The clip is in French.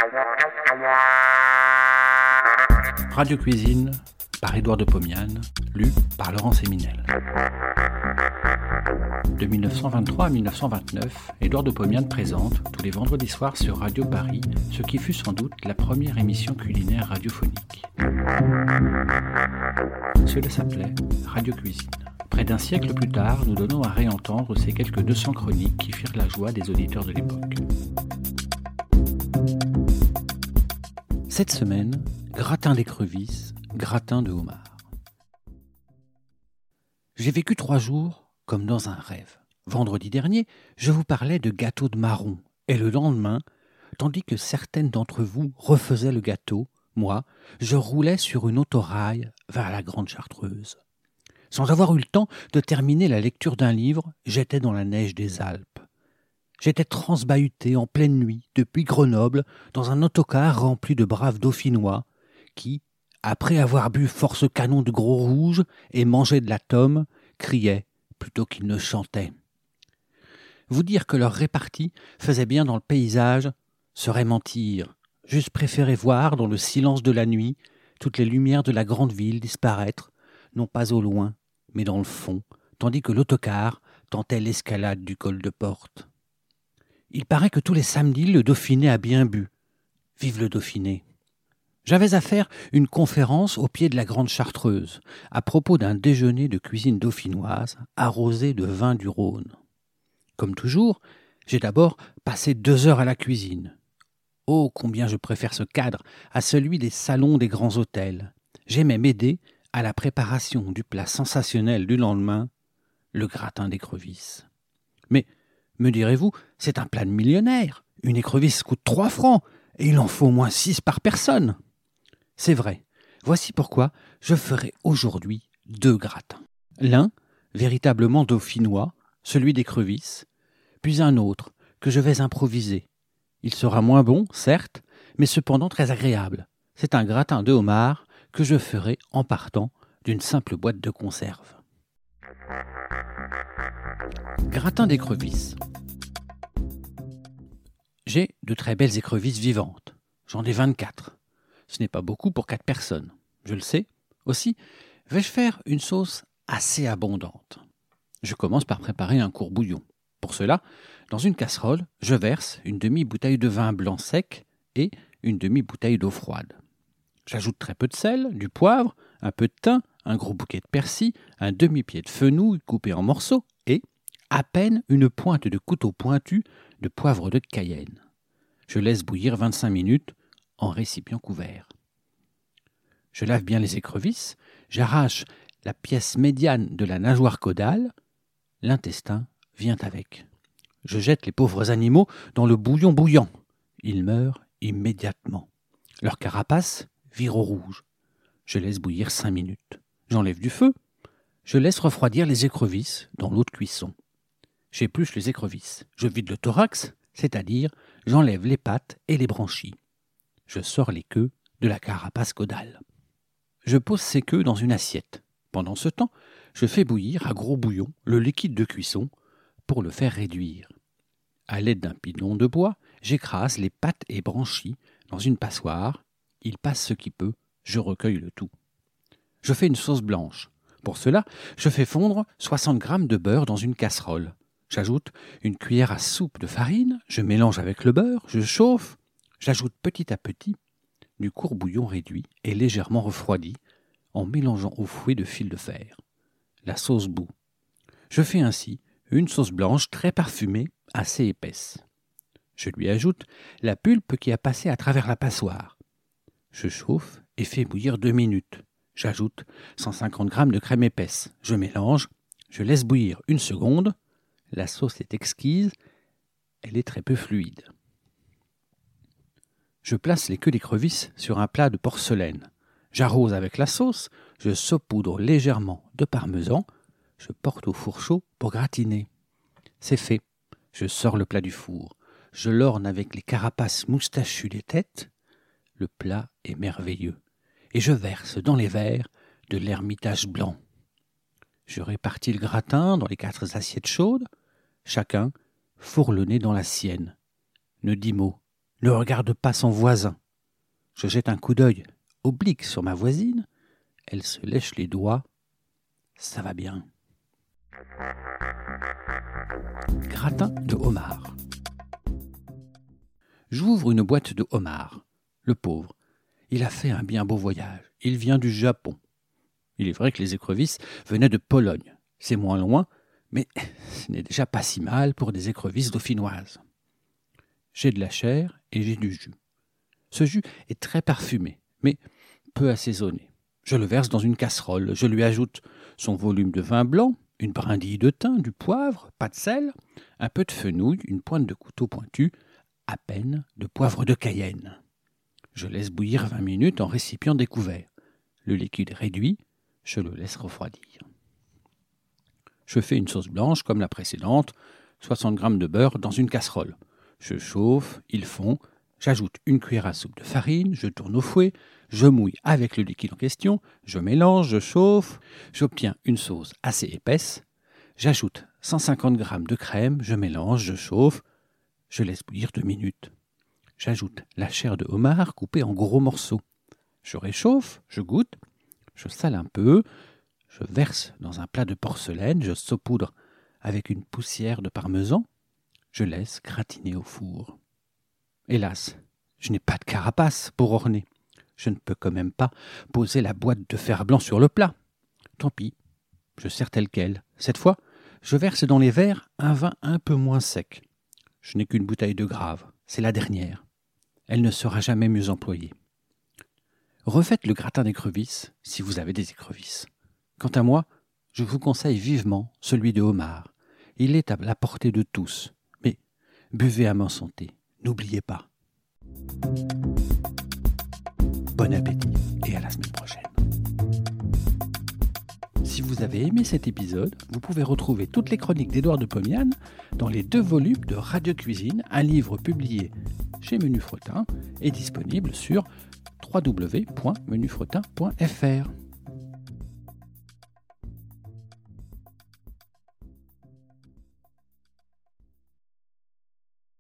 Radio Cuisine par Édouard de Pomian, lu par Laurent Séminel. De 1923 à 1929, Édouard de Pomian présente, tous les vendredis soirs sur Radio Paris, ce qui fut sans doute la première émission culinaire radiophonique. Cela s'appelait Radio Cuisine. Près d'un siècle plus tard, nous donnons à réentendre ces quelques 200 chroniques qui firent la joie des auditeurs de l'époque. Cette semaine, gratin d'écrevisses, gratin de homard. J'ai vécu 3 jours comme dans un rêve. Vendredi dernier, je vous parlais de gâteau de marron, et le lendemain, tandis que certaines d'entre vous refaisaient le gâteau, moi, je roulais sur une autorail vers la Grande Chartreuse. Sans avoir eu le temps de terminer la lecture d'un livre, j'étais dans la neige des Alpes. J'étais transbahuté en pleine nuit, depuis Grenoble, dans un autocar rempli de braves dauphinois, qui, après avoir bu force canon de gros rouge et mangé de la tome, criaient plutôt qu'ils ne chantaient. Vous dire que leur répartie faisait bien dans le paysage serait mentir. J'eusse préféré voir, dans le silence de la nuit, toutes les lumières de la grande ville disparaître, non pas au loin, mais dans le fond, tandis que l'autocar tentait l'escalade du col de Porte. Il paraît que tous les samedis, le Dauphiné a bien bu. Vive le Dauphiné! J'avais à faire une conférence au pied de la Grande Chartreuse, à propos d'un déjeuner de cuisine dauphinoise arrosé de vin du Rhône. Comme toujours, j'ai d'abord passé 2 heures à la cuisine. Oh, combien je préfère ce cadre à celui des salons des grands hôtels. J'aimais m'aider à la préparation du plat sensationnel du lendemain, le gratin d'écrevisses. Mais, me direz-vous, c'est un plat de millionnaire. Une écrevisse coûte 3 francs, et il en faut au moins 6 par personne. C'est vrai. Voici pourquoi je ferai aujourd'hui 2 gratins. L'un, véritablement dauphinois, celui d'écrevisses, puis un autre, que je vais improviser. Il sera moins bon, certes, mais cependant très agréable. C'est un gratin de homard que je ferai en partant d'une simple boîte de conserve. Gratin d'écrevisses. J'ai de très belles écrevisses vivantes. J'en ai 24. Ce n'est pas beaucoup pour 4 personnes. Je le sais. Aussi, vais-je faire une sauce assez abondante. Je commence par préparer un court bouillon. Pour cela, dans une casserole, je verse une demi-bouteille de vin blanc sec et une demi-bouteille d'eau froide. J'ajoute très peu de sel, du poivre, un peu de thym, un gros bouquet de persil, un demi-pied de fenouil coupé en morceaux et à peine une pointe de couteau pointu de poivre de Cayenne. Je laisse bouillir 25 minutes en récipient couvert. Je lave bien les écrevisses, j'arrache la pièce médiane de la nageoire caudale, l'intestin vient avec. Je jette les pauvres animaux dans le bouillon bouillant. Ils meurent immédiatement. Leur carapace vire au rouge. Je laisse bouillir 5 minutes. J'enlève du feu. Je laisse refroidir les écrevisses dans l'eau de cuisson. J'épluche les écrevisses. Je vide le thorax, c'est-à-dire j'enlève les pattes et les branchies. Je sors les queues de la carapace caudale. Je pose ces queues dans une assiette. Pendant ce temps, je fais bouillir à gros bouillon le liquide de cuisson pour le faire réduire. À l'aide d'un pilon de bois, j'écrase les pattes et branchies dans une passoire. Il passe ce qui peut, je recueille le tout. Je fais une sauce blanche. Pour cela, je fais fondre 60 g de beurre dans une casserole. J'ajoute une cuillère à soupe de farine, je mélange avec le beurre, je chauffe. J'ajoute petit à petit du court bouillon réduit et légèrement refroidi en mélangeant au fouet de fil de fer. La sauce bout. Je fais ainsi une sauce blanche très parfumée, assez épaisse. Je lui ajoute la pulpe qui a passé à travers la passoire. Je chauffe et fais bouillir 2 minutes. J'ajoute 150 g de crème épaisse. Je mélange, je laisse bouillir 1 seconde. La sauce est exquise, elle est très peu fluide. Je place les queues d'écrevisses sur un plat de porcelaine. J'arrose avec la sauce, je saupoudre légèrement de parmesan, je porte au four chaud pour gratiner. C'est fait. Je sors le plat du four. Je l'orne avec les carapaces moustachues des têtes. Le plat est merveilleux. Et je verse dans les verres de l'ermitage blanc. Je répartis le gratin dans les 4 assiettes chaudes. Chacun fourre le nez dans la sienne. Ne dit mot. ne regarde pas son voisin. Je jette un coup d'œil oblique sur ma voisine. Elle se lèche les doigts. Ça va bien. Gratin de homard. J'ouvre une boîte de homard. Le pauvre, il a fait un bien beau voyage. Il vient du Japon. Il est vrai que les écrevisses venaient de Pologne. C'est moins loin, mais ce n'est déjà pas si mal pour des écrevisses dauphinoises. J'ai de la chair et j'ai du jus. Ce jus est très parfumé, mais peu assaisonné. Je le verse dans une casserole. Je lui ajoute son volume de vin blanc, une brindille de thym, du poivre, pas de sel, un peu de fenouil, une pointe de couteau pointu, à peine de poivre de Cayenne. Je laisse bouillir 20 minutes en récipient découvert. Le liquide réduit, je le laisse refroidir. Je fais une sauce blanche comme la précédente, 60 g de beurre dans une casserole. Je chauffe, il fond, j'ajoute une cuillère à soupe de farine, je tourne au fouet, je mouille avec le liquide en question, je mélange, je chauffe, j'obtiens une sauce assez épaisse, j'ajoute 150 g de crème, je mélange, je chauffe, je laisse bouillir 2 minutes. J'ajoute la chair de homard coupée en gros morceaux. Je réchauffe, je goûte, je sale un peu, je verse dans un plat de porcelaine, je saupoudre avec une poussière de parmesan, je laisse gratiner au four. Hélas, je n'ai pas de carapace pour orner. Je ne peux quand même pas poser la boîte de fer blanc sur le plat. Tant pis, je sers tel quel. Cette fois, je verse dans les verres un vin un peu moins sec. Je n'ai qu'une bouteille de Grave, c'est la dernière. Elle ne sera jamais mieux employée. Refaites le gratin d'écrevisses si vous avez des écrevisses. Quant à moi, je vous conseille vivement celui de homard. Il est à la portée de tous. Mais buvez à ma santé, n'oubliez pas. Bon appétit et à la semaine prochaine. Si vous avez aimé cet épisode, vous pouvez retrouver toutes les chroniques d'Édouard de Pomian dans les 2 volumes de Radio Cuisine, un livre publié chez Menu Fretin et disponible sur www.menufretin.fr.